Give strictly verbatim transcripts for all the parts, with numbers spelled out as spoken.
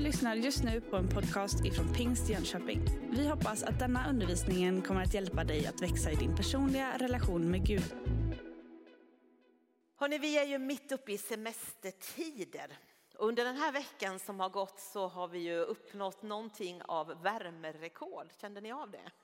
lyssnar just nu på en podcast ifrån Pingst Jönköping. Vi hoppas att denna undervisning kommer att hjälpa dig att växa i din personliga relation med Gud. Hörrni, vi är ju mitt uppe i semestertider. Under den här veckan som har gått så har vi ju uppnått någonting av värmerekord. Kände ni av det?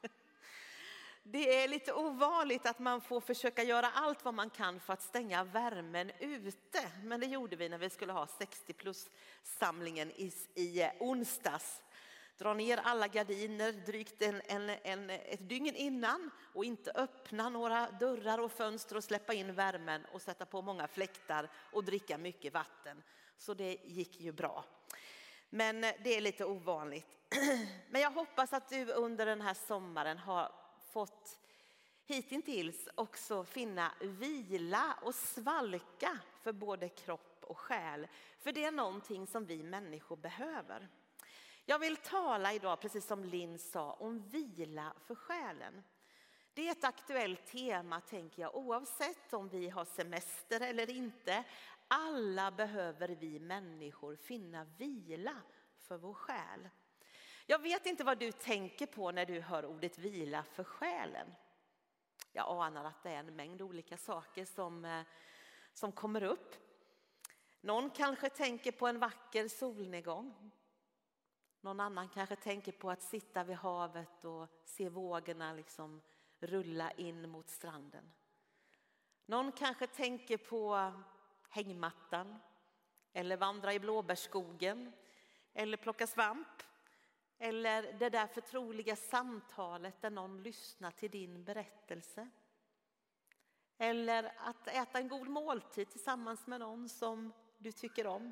Det är lite ovanligt att man får försöka göra allt vad man kan för att stänga värmen ute. Men det gjorde vi när vi skulle ha sextio plus samlingen i, i onsdags. Dra ner alla gardiner drygt en, en, en, ett dygn innan och inte öppna några dörrar och fönster och släppa in värmen och sätta på många fläktar och dricka mycket vatten. Så det gick ju bra. Men det är lite ovanligt. Men jag hoppas att du under den här sommaren har fått hitintills också finna vila och svalka för både kropp och själ. För det är någonting som vi människor behöver. Jag vill tala idag, precis som Linn sa, om vila för själen. Det är ett aktuellt tema, tänker jag, oavsett om vi har semester eller inte. Alla behöver vi människor finna vila för vår själ. Jag vet inte vad du tänker på när du hör ordet vila för själen. Jag anar att det är en mängd olika saker som, som kommer upp. Någon kanske tänker på en vacker solnedgång. Någon annan kanske tänker på att sitta vid havet och se vågorna liksom rulla in mot stranden. Någon kanske tänker på hängmattan eller vandra i blåbärsskogen eller plocka svamp. Eller det där förtroliga samtalet där någon lyssnar till din berättelse. Eller att äta en god måltid tillsammans med någon som du tycker om.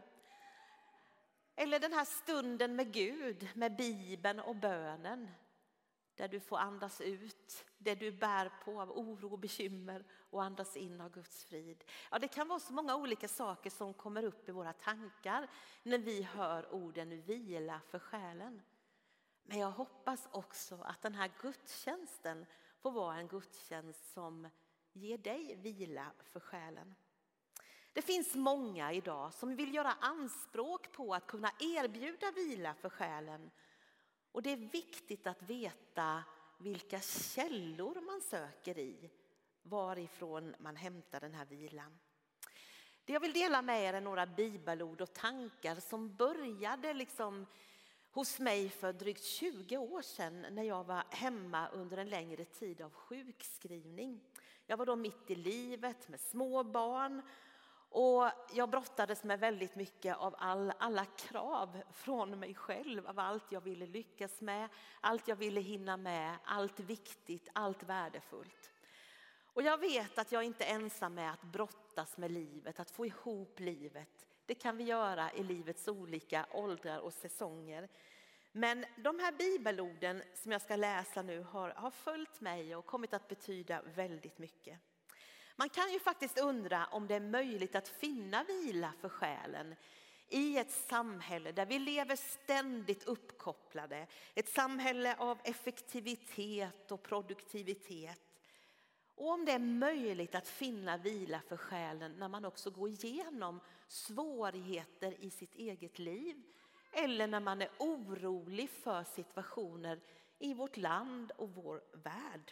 Eller den här stunden med Gud, med Bibeln och bönen. Där du får andas ut det du bär på av oro och bekymmer och andas in av Guds frid. Ja, det kan vara så många olika saker som kommer upp i våra tankar när vi hör orden vila för själen. Men jag hoppas också att den här gudstjänsten får vara en gudstjänst som ger dig vila för själen. Det finns många idag som vill göra anspråk på att kunna erbjuda vila för själen. Och det är viktigt att veta vilka källor man söker i, varifrån man hämtar den här vilan. Det jag vill dela med er är några bibelord och tankar som började liksom hos mig för drygt tjugo år sedan när jag var hemma under en längre tid av sjukskrivning. Jag var då mitt i livet med små barn och jag brottades med väldigt mycket av all, alla krav från mig själv. Av allt jag ville lyckas med, allt jag ville hinna med, allt viktigt, allt värdefullt. Och jag vet att jag inte är ensam med att brottas med livet, att få ihop livet. Det kan vi göra i livets olika åldrar och säsonger. Men de här bibelorden som jag ska läsa nu har, har följt mig och kommit att betyda väldigt mycket. Man kan ju faktiskt undra om det är möjligt att finna vila för själen i ett samhälle där vi lever ständigt uppkopplade. Ett samhälle av effektivitet och produktivitet. Och om det är möjligt att finna vila för själen när man också går igenom svårigheter i sitt eget liv. Eller när man är orolig för situationer i vårt land och vår värld.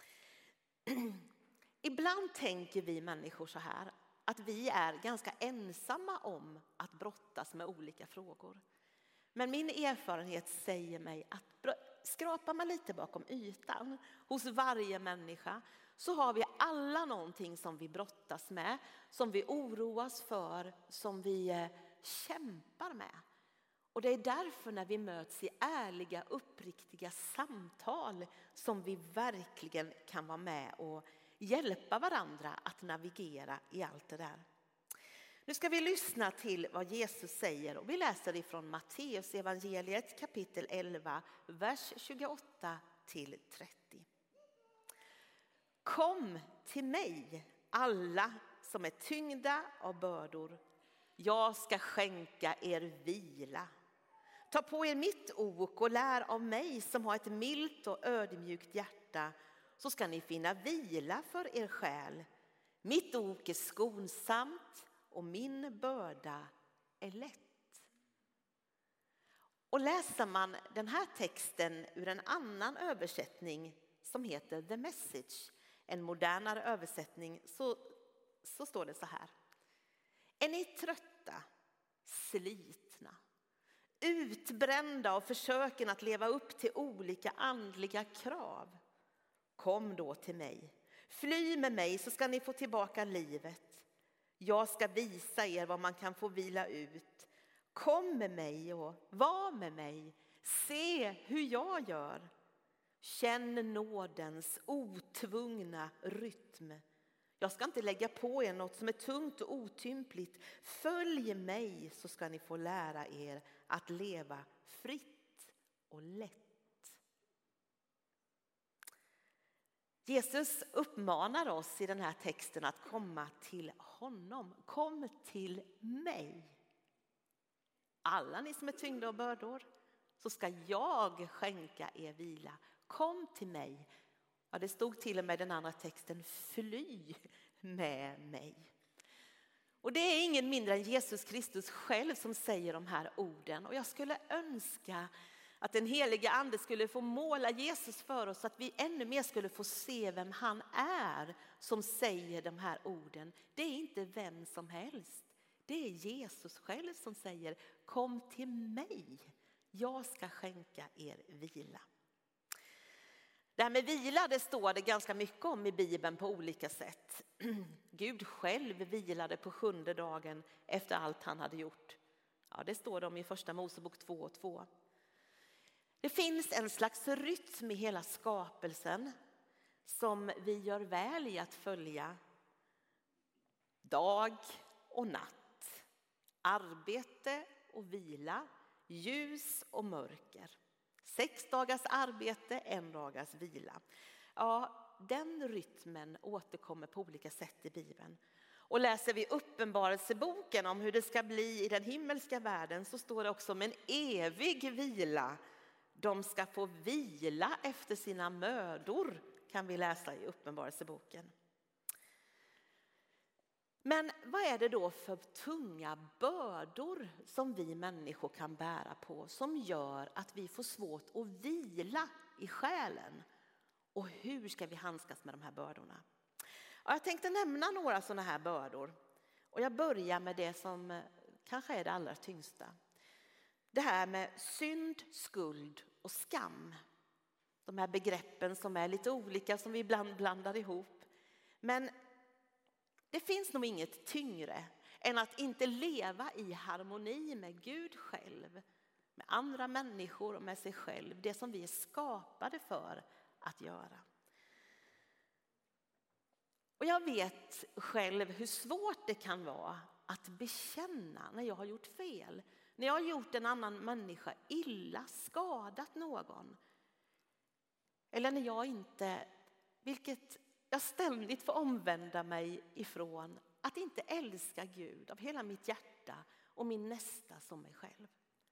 Ibland tänker vi människor så här att vi är ganska ensamma om att brottas med olika frågor. Men min erfarenhet säger mig att skrapar man lite bakom ytan hos varje människa så har vi alla någonting som vi brottas med, som vi oroas för, som vi kämpar med. Och det är därför när vi möts i ärliga, uppriktiga samtal som vi verkligen kan vara med och hjälpa varandra att navigera i allt det där. Nu ska vi lyssna till vad Jesus säger och vi läser ifrån Matteus evangeliet kapitel elva, vers tjugoåtta till trettio. Kom till mig alla som är tyngda av bördor. Jag ska skänka er vila. Ta på er mitt ok och lär av mig som har ett milt och ödmjukt hjärta, så ska ni finna vila för er själ. Mitt ok är skonsamt och min börda är lätt. Och läser man den här texten ur en annan översättning som heter The Message, en modernare översättning, så, så står det så här. Är ni trötta, slitna, utbrända av försöken att leva upp till olika andliga krav? Kom då till mig. Fly med mig så ska ni få tillbaka livet. Jag ska visa er vad man kan få vila ut. Kom med mig och var med mig. Se hur jag gör. Känn nådens otvungna rytm. Jag ska inte lägga på er något som är tungt och otympligt. Följ mig så ska ni få lära er att leva fritt och lätt. Jesus uppmanar oss i den här texten att komma till honom. Kom till mig. Alla ni som är tyngda av bördor, så ska jag skänka er vila. Kom till mig. Ja, det stod till och med den andra texten, fly med mig. Och det är ingen mindre än Jesus Kristus själv som säger de här orden. Och jag skulle önska att den heliga ande skulle få måla Jesus för oss, så att vi ännu mer skulle få se vem han är som säger de här orden. Det är inte vem som helst. Det är Jesus själv som säger, kom till mig. Jag ska skänka er vila. Det här med vila, det står det ganska mycket om i Bibeln på olika sätt. Gud själv vilade på sjunde dagen efter allt han hade gjort. Ja, det står det om i första Mosebok två och två. Det finns en slags rytm i hela skapelsen som vi gör väl i att följa. Dag och natt, arbete och vila, ljus och mörker. Sex dagars arbete, en dagars vila. Ja, den rytmen återkommer på olika sätt i Bibeln. Och läser vi Uppenbarelseboken om hur det ska bli i den himmelska världen, så står det också om en evig vila. De ska få vila efter sina mödor, kan vi läsa i Uppenbarelseboken. Men vad är det då för tunga bördor som vi människor kan bära på, som gör att vi får svårt att vila i själen? Och hur ska vi handskas med de här bördorna? Ja, jag tänkte nämna några sådana här bördor. Och jag börjar med det som kanske är det allra tyngsta. Det här med synd, skuld och skam. De här begreppen som är lite olika, som vi ibland blandar ihop. Men det finns nog inget tyngre än att inte leva i harmoni med Gud själv, med andra människor och med sig själv. Det som vi är skapade för att göra. Och jag vet själv hur svårt det kan vara att bekänna när jag har gjort fel. När jag har gjort en annan människa illa, skadat någon. Eller när jag inte, vilket jag ständigt får omvända mig ifrån, att inte älska Gud av hela mitt hjärta och min nästa som mig själv.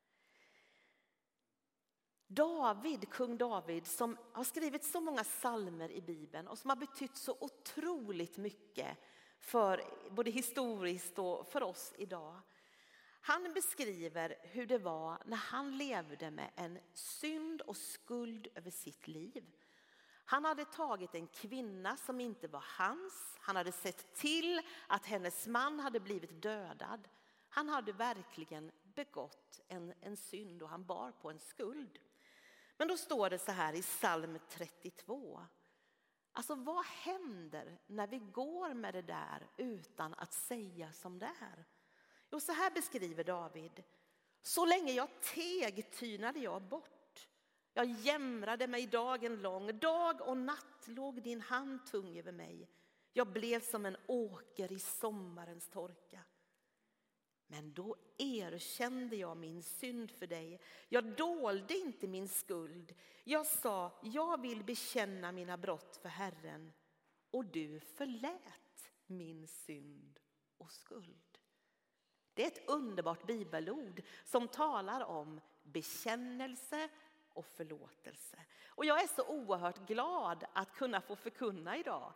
David, kung David, som har skrivit så många psalmer i Bibeln och som har betytt så otroligt mycket för både historiskt och för oss idag. Han beskriver hur det var när han levde med en synd och skuld över sitt liv. Han hade tagit en kvinna som inte var hans. Han hade sett till att hennes man hade blivit dödad. Han hade verkligen begått en, en synd och han bar på en skuld. Men då står det så här i psalm trettiotvå. Alltså vad händer när vi går med det där utan att säga som det är? Jo, så här beskriver David. Så länge jag teg tynade jag bort. Jag jämrade mig dagen lång. Dag och natt låg din hand tung över mig. Jag blev som en åker i sommarens torka. Men då erkände jag min synd för dig. Jag dolde inte min skuld. Jag sa, jag vill bekänna mina brott för Herren. Och du förlät min synd och skuld. Det är ett underbart bibelord som talar om bekännelse och förlåtelse. Och jag är så oerhört glad att kunna få förkunna idag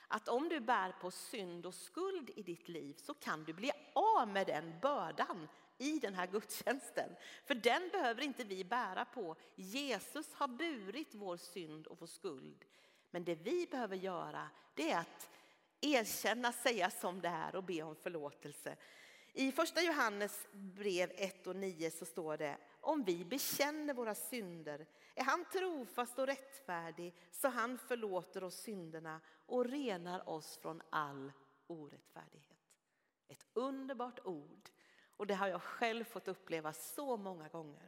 att om du bär på synd och skuld i ditt liv så kan du bli av med den bördan i den här gudstjänsten. För den behöver inte vi bära på. Jesus har burit vår synd och vår skuld. Men det vi behöver göra, det är att erkänna, säga som det är och be om förlåtelse. I första Johannes brev ett och nio så står det: om vi bekänner våra synder är han trofast och rättfärdig så han förlåter oss synderna och renar oss från all orättfärdighet. Ett underbart ord, och det har jag själv fått uppleva så många gånger.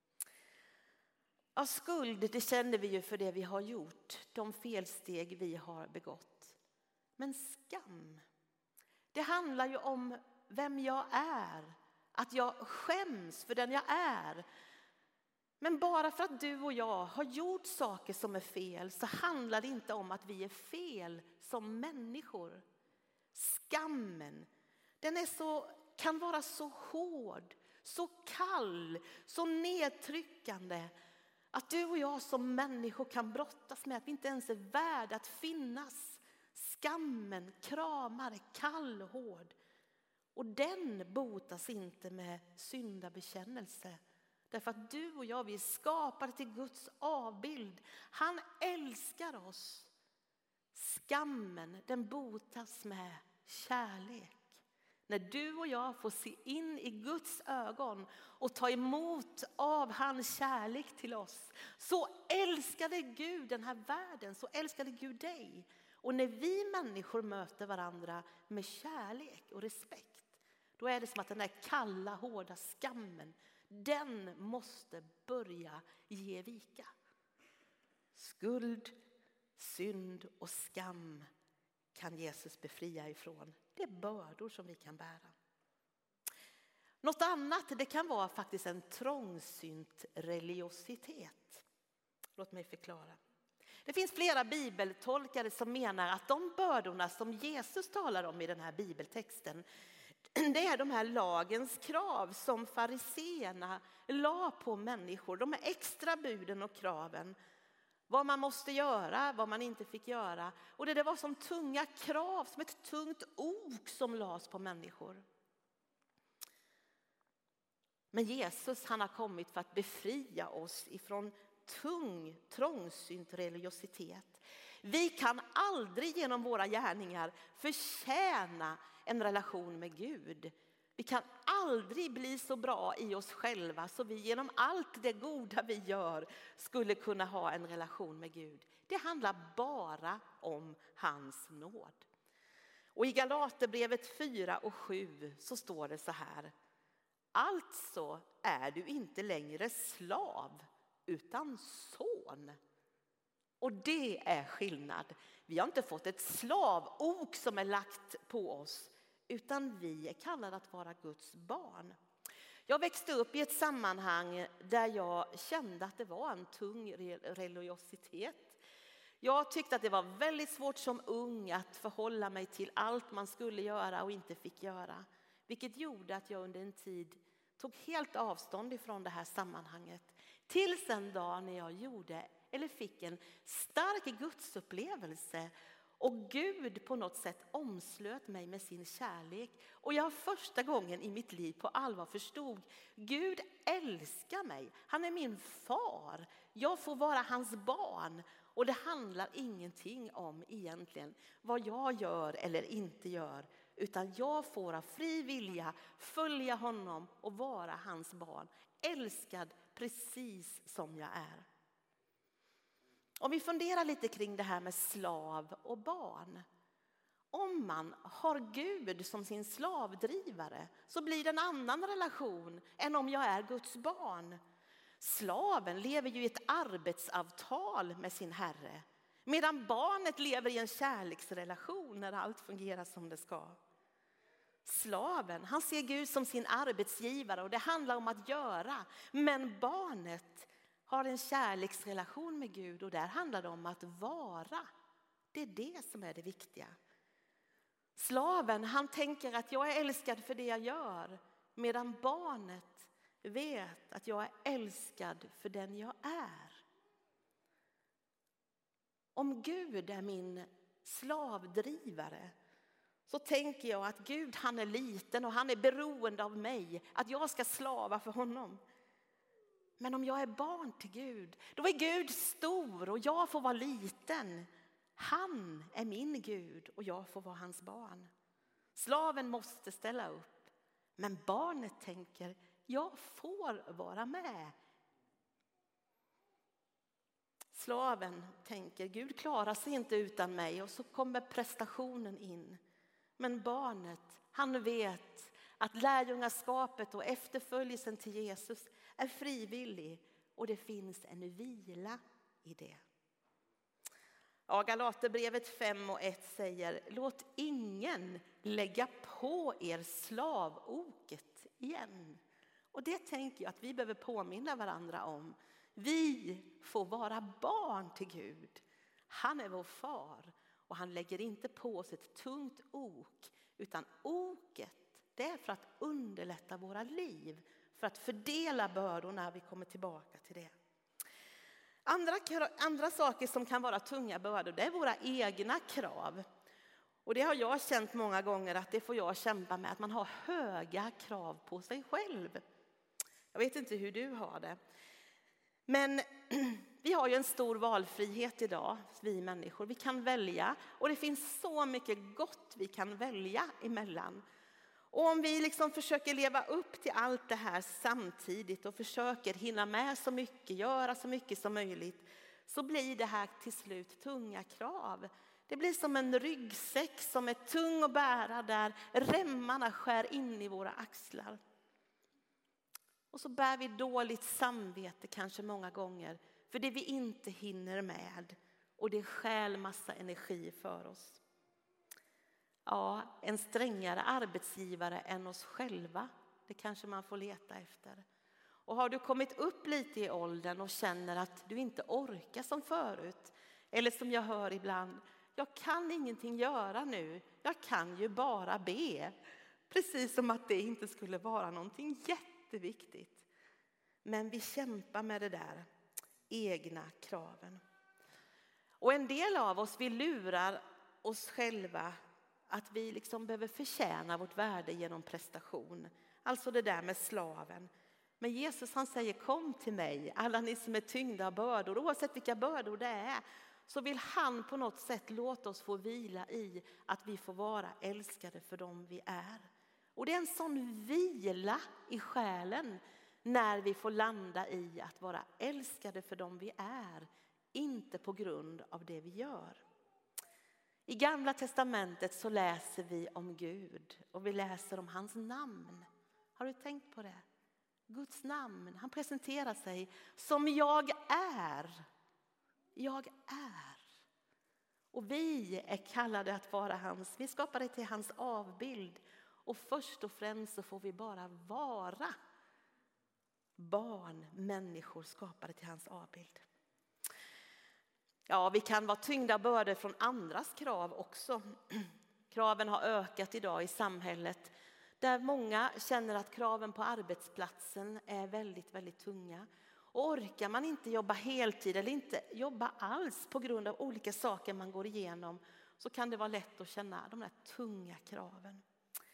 Ja, skuld, det känner vi ju för det vi har gjort, de felsteg vi har begått. Men skam, det handlar ju om vem jag är, att jag skäms för den jag är. Men bara för att du och jag har gjort saker som är fel så handlar det inte om att vi är fel som människor. Skammen, den är så, kan vara så hård, så kall, så nedtryckande att du och jag som människor kan brottas med att vi inte ens är värda att finnas. Skammen kramar, kall, hård. Och den botas inte med syndabekännelse. Därför att du och jag, vi är skapade till Guds avbild. Han älskar oss. Skammen, den botas med kärlek. När du och jag får se in i Guds ögon och ta emot av hans kärlek till oss, så älskade Gud den här världen, så älskade Gud dig. Och när vi människor möter varandra med kärlek och respekt, då är det som att den där kalla, hårda skammen, den måste börja ge vika. Skuld, synd och skam kan Jesus befria ifrån. Det är bördor som vi kan bära. Något annat, det kan vara faktiskt en trångsynt religiositet. Låt mig förklara. Det finns flera bibeltolkare som menar att de bördorna som Jesus talar om i den här bibeltexten, det är de här lagens krav som fariseerna la på människor. De här extra buden och kraven. Vad man måste göra, vad man inte fick göra. Och det, det var som tunga krav, som ett tungt ok som lades på människor. Men Jesus, han har kommit för att befria oss ifrån tung, trångsynt religiositet. Vi kan aldrig genom våra gärningar förtjäna en relation med Gud. Vi kan aldrig bli så bra i oss själva så vi genom allt det goda vi gör skulle kunna ha en relation med Gud. Det handlar bara om hans nåd. Och i Galaterbrevet fyra och sju så står det så här: alltså är du inte längre slav utan son. Och det är skillnad. Vi har inte fått ett slavok som är lagt på oss, utan vi är kallade att vara Guds barn. Jag växte upp i ett sammanhang där jag kände att det var en tung religiositet. Jag tyckte att det var väldigt svårt som ung att förhålla mig till allt man skulle göra och inte fick göra. Vilket gjorde att jag under en tid tog helt avstånd ifrån det här sammanhanget. Tills en dag när jag gjorde eller fick en stark gudsupplevelse och Gud på något sätt omslöt mig med sin kärlek. Och jag första gången i mitt liv på allvar förstod: Gud älskar mig. Han är min far. Jag får vara hans barn. Och det handlar ingenting om egentligen vad jag gör eller inte gör. Utan jag får av fri vilja följa honom och vara hans barn. Älskad precis som jag är. Om vi funderar lite kring det här med slav och barn. Om man har Gud som sin slavdrivare så blir det en annan relation än om jag är Guds barn. Slaven lever ju i ett arbetsavtal med sin herre. Medan barnet lever i en kärleksrelation när allt fungerar som det ska. Slaven, han ser Gud som sin arbetsgivare och det handlar om att göra. Men barnet har en kärleksrelation med Gud och där handlar det om att vara. Det är det som är det viktiga. Slaven, han tänker att jag är älskad för det jag gör. Medan barnet vet att jag är älskad för den jag är. Om Gud är min slavdrivare, så tänker jag att Gud, han är liten och han är beroende av mig, att jag ska slava för honom. Men om jag är barn till Gud, då är Gud stor och jag får vara liten. Han är min Gud och jag får vara hans barn. Slaven måste ställa upp, men barnet tänker, jag får vara med. Slaven tänker, Gud klarar sig inte utan mig, och så kommer prestationen in. Men barnet, han vet att lärjungaskapet och efterföljelsen till Jesus är frivillig, och det finns en vila i det. Ja, Galaterbrevet fem och ett säger, låt ingen lägga på er slavoket igen. Och det tänker jag att vi behöver påminna varandra om. Vi får vara barn till Gud. Han är vår far och han lägger inte på oss ett tungt ok, utan oket, det är för att underlätta våra liv, för att fördela bördor när vi kommer tillbaka till det. Andra, andra saker som kan vara tunga bördor, det är våra egna krav. Och det har jag känt många gånger, att det får jag kämpa med, att man har höga krav på sig själv. Jag vet inte hur du har det. Men vi har ju en stor valfrihet idag, vi människor. Vi kan välja, och det finns så mycket gott vi kan välja emellan. Och om vi liksom försöker leva upp till allt det här samtidigt och försöker hinna med så mycket, göra så mycket som möjligt, så blir det här till slut tunga krav. Det blir som en ryggsäck som är tung att bära, där remmarna skär in i våra axlar. Och så bär vi dåligt samvete kanske många gånger för det vi inte hinner med, och det stjäl massa energi för oss. Ja, en strängare arbetsgivare än oss själva, det kanske man får leta efter. Och har du kommit upp lite i åldern och känner att du inte orkar som förut, eller som jag hör ibland, jag kan ingenting göra nu, jag kan ju bara be. Precis som att det inte skulle vara någonting jätteviktigt. Men vi kämpar med det där egna kraven. Och en del av oss, vi lurar oss själva att vi liksom behöver förtjäna vårt värde genom prestation. Alltså det där med slaven. Men Jesus, han säger, kom till mig, alla ni som är tyngda av bördor, oavsett vilka bördor det är. Så vill han på något sätt låta oss få vila i att vi får vara älskade för dem vi är. Och det är en sån vila i själen när vi får landa i att vara älskade för dem vi är, inte på grund av det vi gör. I Gamla testamentet så läser vi om Gud och vi läser om hans namn. Har du tänkt på det? Guds namn, han presenterar sig som jag är. Jag är. Och vi är kallade att vara hans, vi skapade till hans avbild. Och först och främst så får vi bara vara barn, människor skapade till hans avbild. Ja, vi kan vara tyngda bördor från andras krav också. Kraven har ökat idag i samhället, där många känner att kraven på arbetsplatsen är väldigt, väldigt tunga. Och orkar man inte jobba heltid eller inte jobba alls på grund av olika saker man går igenom, så kan det vara lätt att känna de där tunga kraven.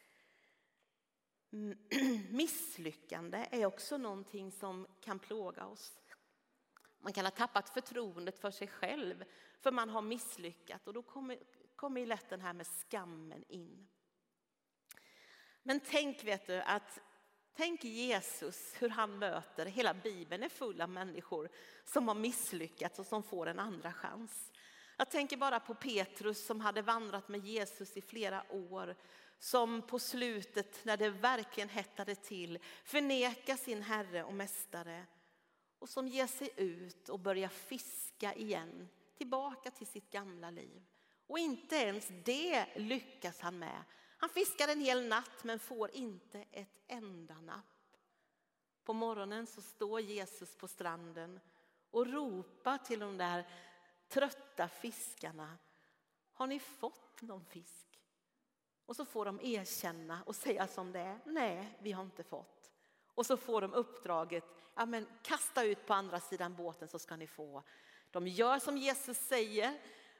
Misslyckande är också någonting som kan plåga oss. Man kan ha tappat förtroendet för sig själv för man har misslyckats, och då kommer, kommer lätt den här med skammen in. Men tänk, vet du, att tänk Jesus, hur han möter, hela Bibeln är full av människor som har misslyckats och som får en andra chans. Jag tänker bara på Petrus som hade vandrat med Jesus i flera år, som på slutet, när det verkligen hettade till, förnekar sin herre och mästare, och som ger sig ut och börjar fiska igen, tillbaka till sitt gamla liv. Och inte ens det lyckas han med. Han fiskar en hel natt men får inte ett enda napp. På morgonen så står Jesus på stranden och ropar till de där trötta fiskarna: har ni fått någon fisk? Och så får de erkänna och säga som det är: nej, vi har inte fått. Och så får de uppdraget: ja, men kasta ut på andra sidan båten så ska ni få. De gör som Jesus säger,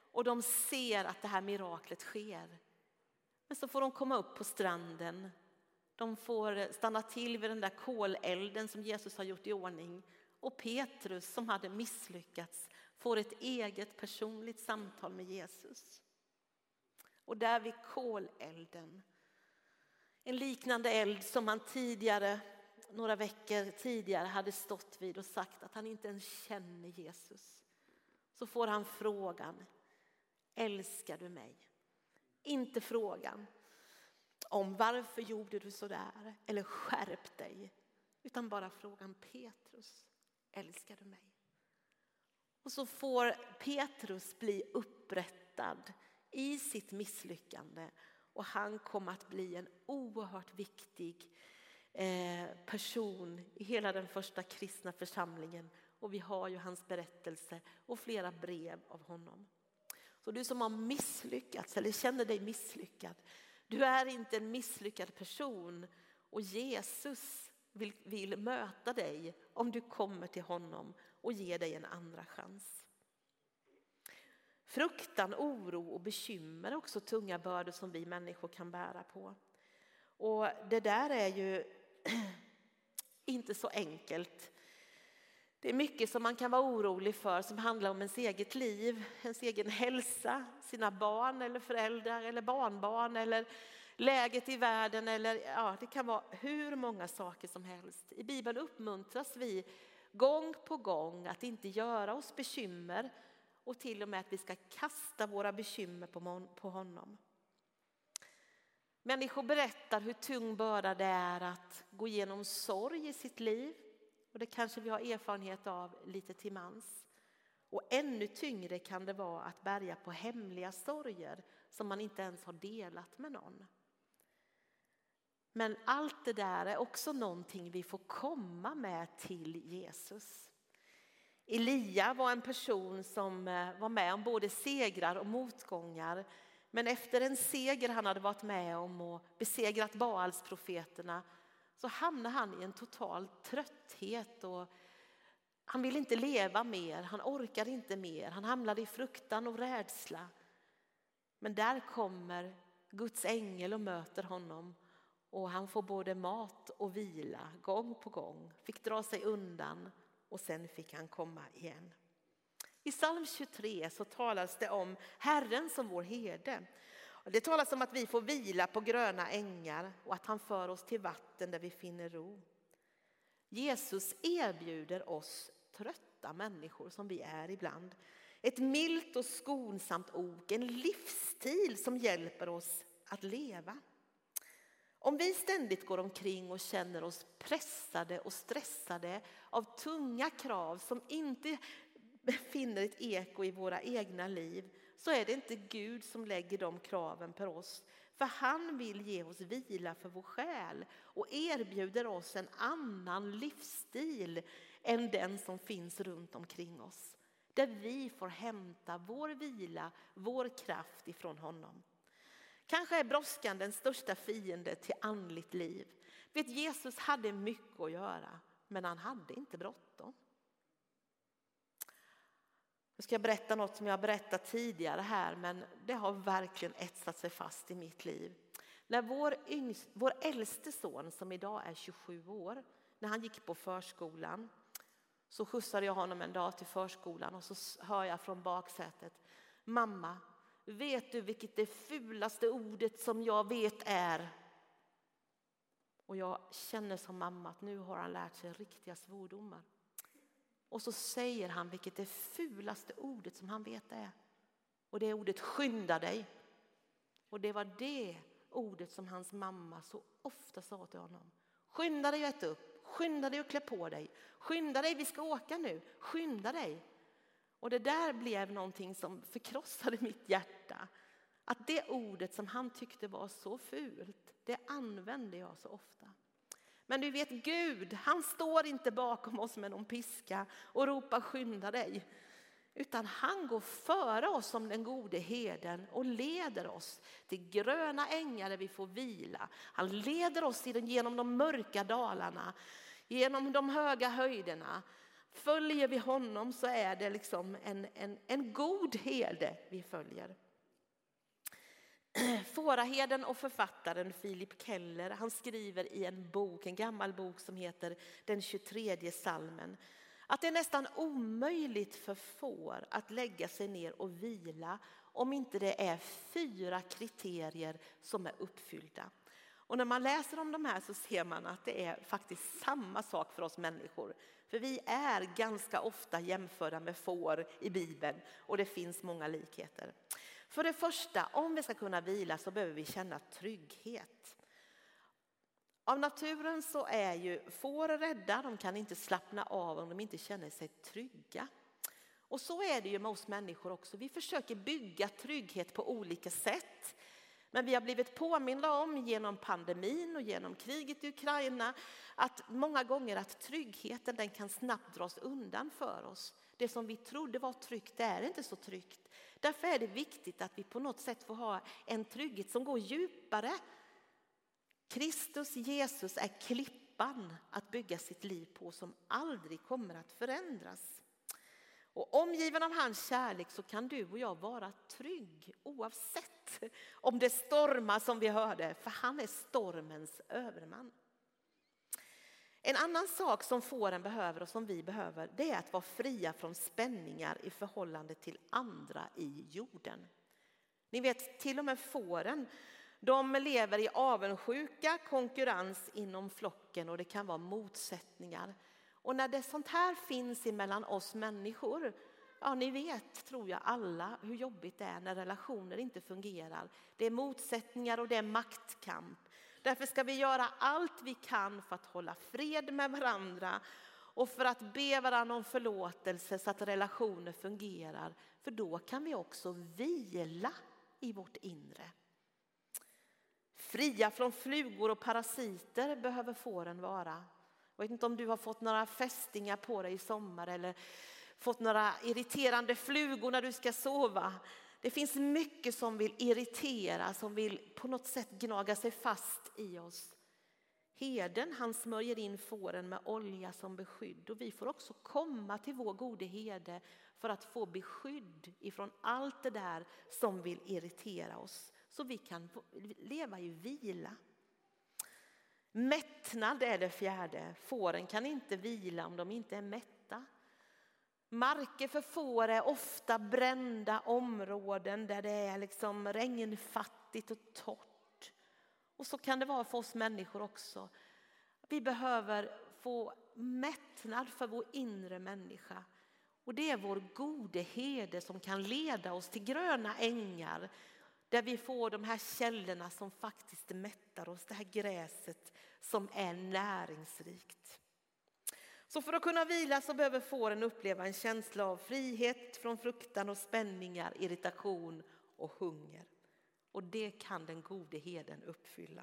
och de ser att det här miraklet sker. Men så får de komma upp på stranden. De får stanna till vid den där kolelden som Jesus har gjort i ordning. Och Petrus, som hade misslyckats, får ett eget personligt samtal med Jesus. Och där vid kolelden, en liknande eld som han tidigare, några veckor tidigare hade stått vid och sagt att han inte ens känner Jesus. Så får han frågan: älskar du mig? Inte frågan om varför gjorde du så där eller skärp dig, utan bara frågan: Petrus, älskar du mig? Och så får Petrus bli upprättad i sitt misslyckande, och han kommer att bli en oerhört viktig person i hela den första kristna församlingen. Och vi har ju hans berättelse och flera brev av honom. Så du som har misslyckats eller känner dig misslyckad, du är inte en misslyckad person, och Jesus vill, vill möta dig om du kommer till honom och ger dig en andra chans. Fruktan, oro och bekymmer är också tunga bördor som vi människor kan bära på. Och det där är ju inte så enkelt. Det är mycket som man kan vara orolig för som handlar om ens eget liv, ens egen hälsa, sina barn eller föräldrar eller barnbarn eller läget i världen, eller ja, det kan vara hur många saker som helst. I Bibeln uppmuntras vi gång på gång att inte göra oss bekymmer, och till och med att vi ska kasta våra bekymmer på honom. Människor berättar hur tung börda det är att gå igenom sorg i sitt liv. Och det kanske vi har erfarenhet av lite till mans. Och ännu tyngre kan det vara att bärga på hemliga sorger som man inte ens har delat med någon. Men allt det där är också någonting vi får komma med till Jesus. Elia var en person som var med om både segrar och motgångar. Men efter en seger han hade varit med om och besegrat Baals profeterna, så hamnade han i en total trötthet och han ville inte leva mer, han orkade inte mer, han hamnade i fruktan och rädsla. Men där kommer Guds ängel och möter honom, och han får både mat och vila gång på gång, fick dra sig undan och sen fick han komma igen. I psalm tjugotre så talas det om Herren som vår herde. Det talas om att vi får vila på gröna ängar och att han för oss till vatten där vi finner ro. Jesus erbjuder oss trötta människor som vi är ibland ett milt och skonsamt ok, en livsstil som hjälper oss att leva. Om vi ständigt går omkring och känner oss pressade och stressade av tunga krav som inte finner ett eko i våra egna liv, så är det inte Gud som lägger de kraven på oss. För han vill ge oss vila för vår själ och erbjuder oss en annan livsstil än den som finns runt omkring oss. Där vi får hämta vår vila, vår kraft ifrån honom. Kanske är brådskan den största fiende till andligt liv. Vet, Jesus hade mycket att göra, men han hade inte bråttom. Nu ska jag berätta något som jag har berättat tidigare här, men det har verkligen etsat sig fast i mitt liv. När vår, yngst, vår äldste son, som idag är tjugosju år, när han gick på förskolan, så skjutsade jag honom en dag till förskolan och så hör jag från baksätet: mamma, vet du vilket det fulaste ordet som jag vet är? Och jag känner som mamma att nu har han lärt sig riktiga svordomar. Och så säger han vilket det fulaste ordet som han vet är. Och det är ordet skynda dig. Och det var det ordet som hans mamma så ofta sa till honom. Skynda dig och ät upp. Skynda dig och klä på dig. Skynda dig, vi ska åka nu. Skynda dig. Och det där blev någonting som förkrossade mitt hjärta. Att det ordet som han tyckte var så fult, det använde jag så ofta. Men du vet, Gud, han står inte bakom oss med någon piska och ropar skynda dig. Utan han går före oss som den gode herden och leder oss till gröna ängar där vi får vila. Han leder oss genom de mörka dalarna, genom de höga höjderna. Följer vi honom så är det liksom en, en, en god herde vi följer. Fåraherden och författaren Philip Keller, han skriver i en bok, en gammal bok som heter Den tjugotredje salmen, att det är nästan omöjligt för får att lägga sig ner och vila om inte det är fyra kriterier som är uppfyllda. Och när man läser om de här så ser man att det är faktiskt samma sak för oss människor. För vi är ganska ofta jämförda med får i Bibeln och det finns många likheter. För det första, om vi ska kunna vila så behöver vi känna trygghet. Av naturen så är ju får rädda, de kan inte slappna av om de inte känner sig trygga. Och så är det ju med oss människor också. Vi försöker bygga trygghet på olika sätt. Men vi har blivit påminda om genom pandemin och genom kriget i Ukraina att många gånger att tryggheten den kan snabbt dras undan för oss. Det som vi trodde var tryggt det är inte så tryggt. Därför är det viktigt att vi på något sätt får ha en trygghet som går djupare. Kristus Jesus är klippan att bygga sitt liv på som aldrig kommer att förändras. Och omgiven av hans kärlek så kan du och jag vara trygg oavsett om det stormar som vi hörde, för han är stormens överman. En annan sak som fåren behöver och som vi behöver, det är att vara fria från spänningar i förhållande till andra i jorden. Ni vet, till och med fåren, de lever i avundsjuka, konkurrens inom flocken och det kan vara motsättningar. Och när det sånt här finns emellan oss människor, ja ni vet tror jag alla hur jobbigt det är när relationer inte fungerar. Det är motsättningar och det är maktkamp. Därför ska vi göra allt vi kan för att hålla fred med varandra och för att be varandra om förlåtelse så att relationer fungerar. För då kan vi också vila i vårt inre. Fria från flugor och parasiter behöver fåren vara. Jag vet inte om du har fått några fästingar på dig i sommar eller fått några irriterande flugor när du ska sova. Det finns mycket som vill irritera, som vill på något sätt gnaga sig fast i oss. Herden, han smörjer in fåren med olja som beskydd. Och vi får också komma till vår gode herde för att få beskydd ifrån allt det där som vill irritera oss. Så vi kan leva i vila. Mättnad är det fjärde. Fåren kan inte vila om de inte är mätta. Marker för får är ofta brända områden där det är liksom regnfattigt och torrt. Och så kan det vara för oss människor också. Vi behöver få mättnad för vår inre människa. Och det är vår gode herde som kan leda oss till gröna ängar. Där vi får de här källorna som faktiskt mättar oss. Det här gräset som är näringsrikt. Så för att kunna vila så behöver fåren uppleva en känsla av frihet från fruktan och spänningar, irritation och hunger. Och det kan den gode herden uppfylla.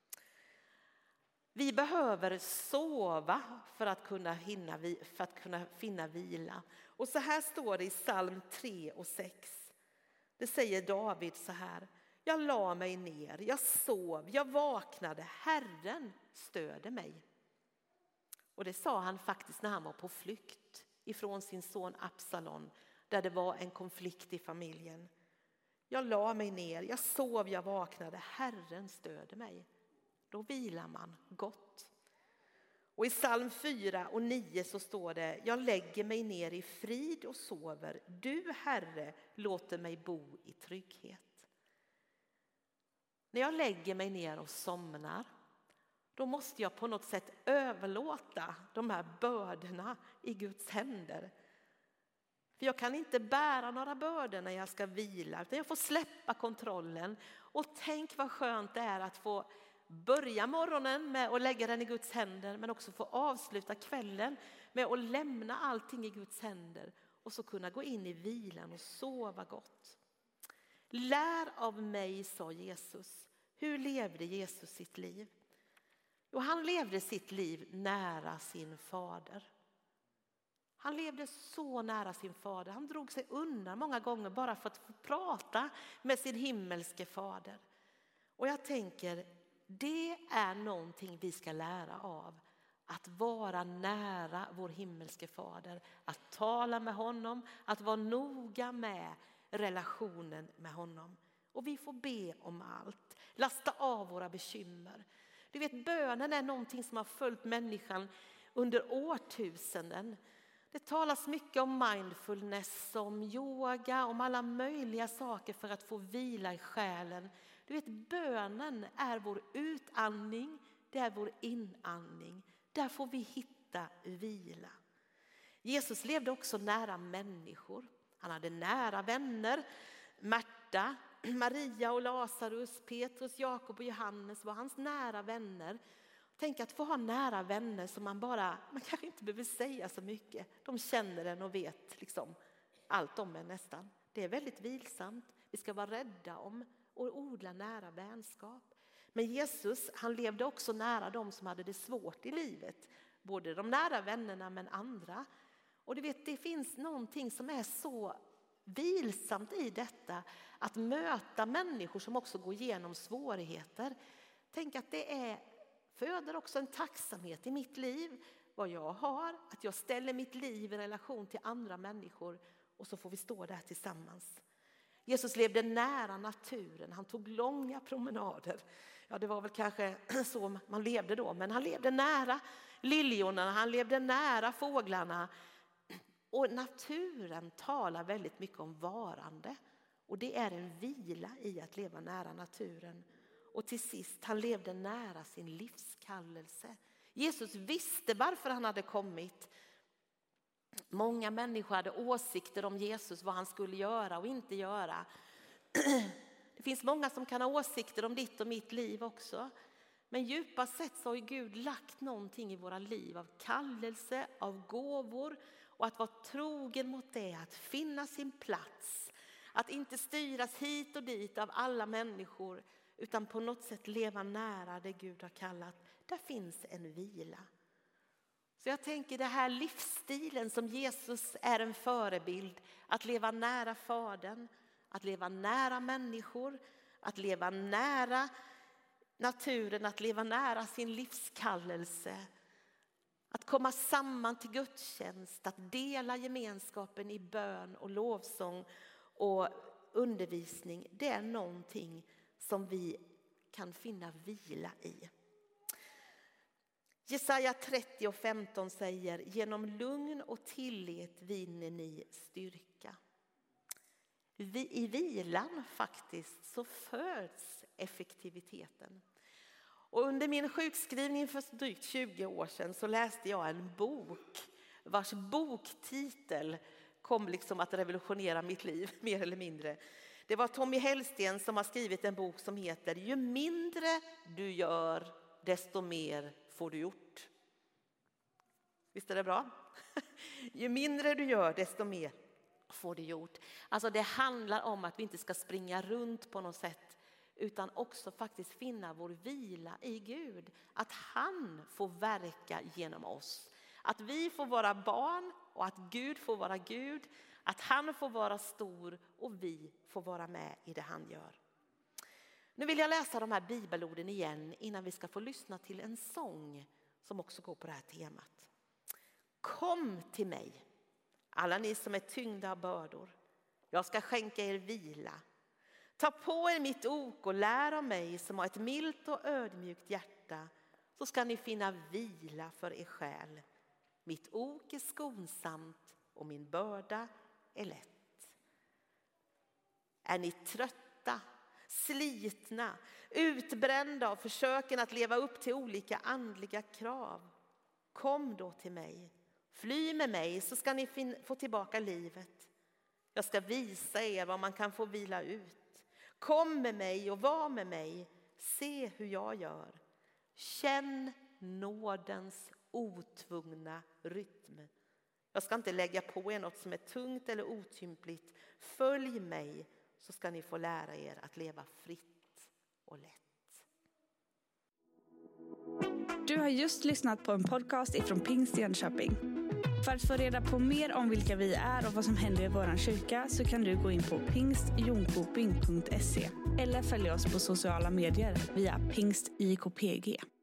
Vi behöver sova för att kunna, hinna, för att kunna finna vila. Och så här står det i psalm tre och sex. Det säger David så här: jag la mig ner, jag sov, jag vaknade, Herren stöder mig. Och det sa han faktiskt när han var på flykt ifrån sin son Absalom, där det var en konflikt i familjen. Jag la mig ner, jag sov, jag vaknade, Herren stöder mig. Då vilar man gott. Och i psalm fyra och nio så står det: jag lägger mig ner i frid och sover. Du, Herre, låter mig bo i trygghet. När jag lägger mig ner och somnar, då måste jag på något sätt överlåta de här bördorna i Guds händer. För jag kan inte bära några bördor när jag ska vila, utan jag får släppa kontrollen. Och tänk vad skönt det är att få börja morgonen med att lägga den i Guds händer, men också få avsluta kvällen med att lämna allting i Guds händer och så kunna gå in i vilan och sova gott. Lär av mig, sa Jesus. Hur levde Jesus sitt liv? Jo, han levde sitt liv nära sin fader. Han levde så nära sin fader. Han drog sig undan många gånger bara för att få prata med sin himmelske fader. Och jag tänker, det är någonting vi ska lära av. att vara nära vår himmelske fader, att tala med honom, att vara noga med relationen med honom. Och vi får be om allt, lasta av våra bekymmer. Du vet, bönen är någonting som har följt människan under årtusenden. Det talas mycket om mindfulness, om yoga, om alla möjliga saker för att få vila i själen. Du vet, bönen är vår utandning, det är vår inandning. Där får vi hitta vila. Jesus levde också nära människor. Han hade nära vänner. Märta, Maria och Lazarus, Petrus, Jakob och Johannes var hans nära vänner. Tänk att få ha nära vänner som man bara, man kanske inte behöver säga så mycket. De känner en och vet liksom allt om en nästan. Det är väldigt vilsamt. Vi ska vara rädda om och odla nära vänskap. Men Jesus, han levde också nära de som hade det svårt i livet. Både de nära vännerna men andra. Och du vet, det finns någonting som är så vilsamt i detta. Att möta människor som också går igenom svårigheter. Tänk att det är, föder också en tacksamhet i mitt liv. Vad jag har, att jag ställer mitt liv i relation till andra människor. Och så får vi stå där tillsammans. Jesus levde nära naturen. Han tog långa promenader. Ja, det var väl kanske så man levde då. Men han levde nära liljorna. Han levde nära fåglarna. Och naturen talar väldigt mycket om varande. Och det är en vila i att leva nära naturen. Och till sist, han levde nära sin livskallelse. Jesus visste varför han hade kommit. Många människor hade åsikter om Jesus, vad han skulle göra och inte göra. Det finns många som kan ha åsikter om ditt och mitt liv också. Men djupast sett så har Gud lagt någonting i våra liv av kallelse, av gåvor. Och att vara trogen mot det, att finna sin plats. Att inte styras hit och dit av alla människor. Utan på något sätt leva nära det Gud har kallat. Där finns en vila. Så jag tänker det här livsstilen som Jesus är en förebild. Att leva nära Fadern. Att leva nära människor. Att leva nära naturen. Att leva nära sin livskallelse. Att komma samman till gudstjänst. Att dela gemenskapen i bön och lovsång och undervisning. Det är någonting som vi kan finna vila i. Jesaja trettio och femton säger: genom lugn och tillit vinner ni styrka. I vilan faktiskt så föds effektiviteten. Och under min sjukskrivning för drygt tjugo år sedan så läste jag en bok vars boktitel kom liksom att revolutionera mitt liv mer eller mindre. Det var Tommy Hellsten som har skrivit en bok som heter Ju mindre du gör, desto mer får du gjort. Visst är det bra? Ju mindre du gör, desto mer får du gjort. Alltså det handlar om att vi inte ska springa runt på något sätt. Utan också faktiskt finna vår vila i Gud. Att han får verka genom oss. Att vi får vara barn och att Gud får vara Gud. Att han får vara stor och vi får vara med i det han gör. Nu vill jag läsa de här bibelorden igen innan vi ska få lyssna till en sång som också går på det här temat. Kom till mig, alla ni som är tyngda av bördor. Jag ska skänka er vila. Ta på er mitt ok och lär av mig som har ett milt och ödmjukt hjärta, så ska ni finna vila för er själ. Mitt ok är skonsamt och min börda är lätt. Är ni trötta, slitna, utbrända av försöken att leva upp till olika andliga krav? Kom då till mig. Fly med mig så ska ni fin- få tillbaka livet. Jag ska visa er vad man kan få vila ut. Kom med mig och var med mig. Se hur jag gör. Känn nådens otvungna rytm. Jag ska inte lägga på er något som är tungt eller otympligt. Följ mig så ska ni få lära er att leva fritt och lätt. Du har just lyssnat på en podcast ifrån Pingst Jönköping. För att få reda på mer om vilka vi är och vad som händer i vår kyrka så kan du gå in på pingst jonkoping punkt se eller följa oss på sociala medier via pingst I K P G.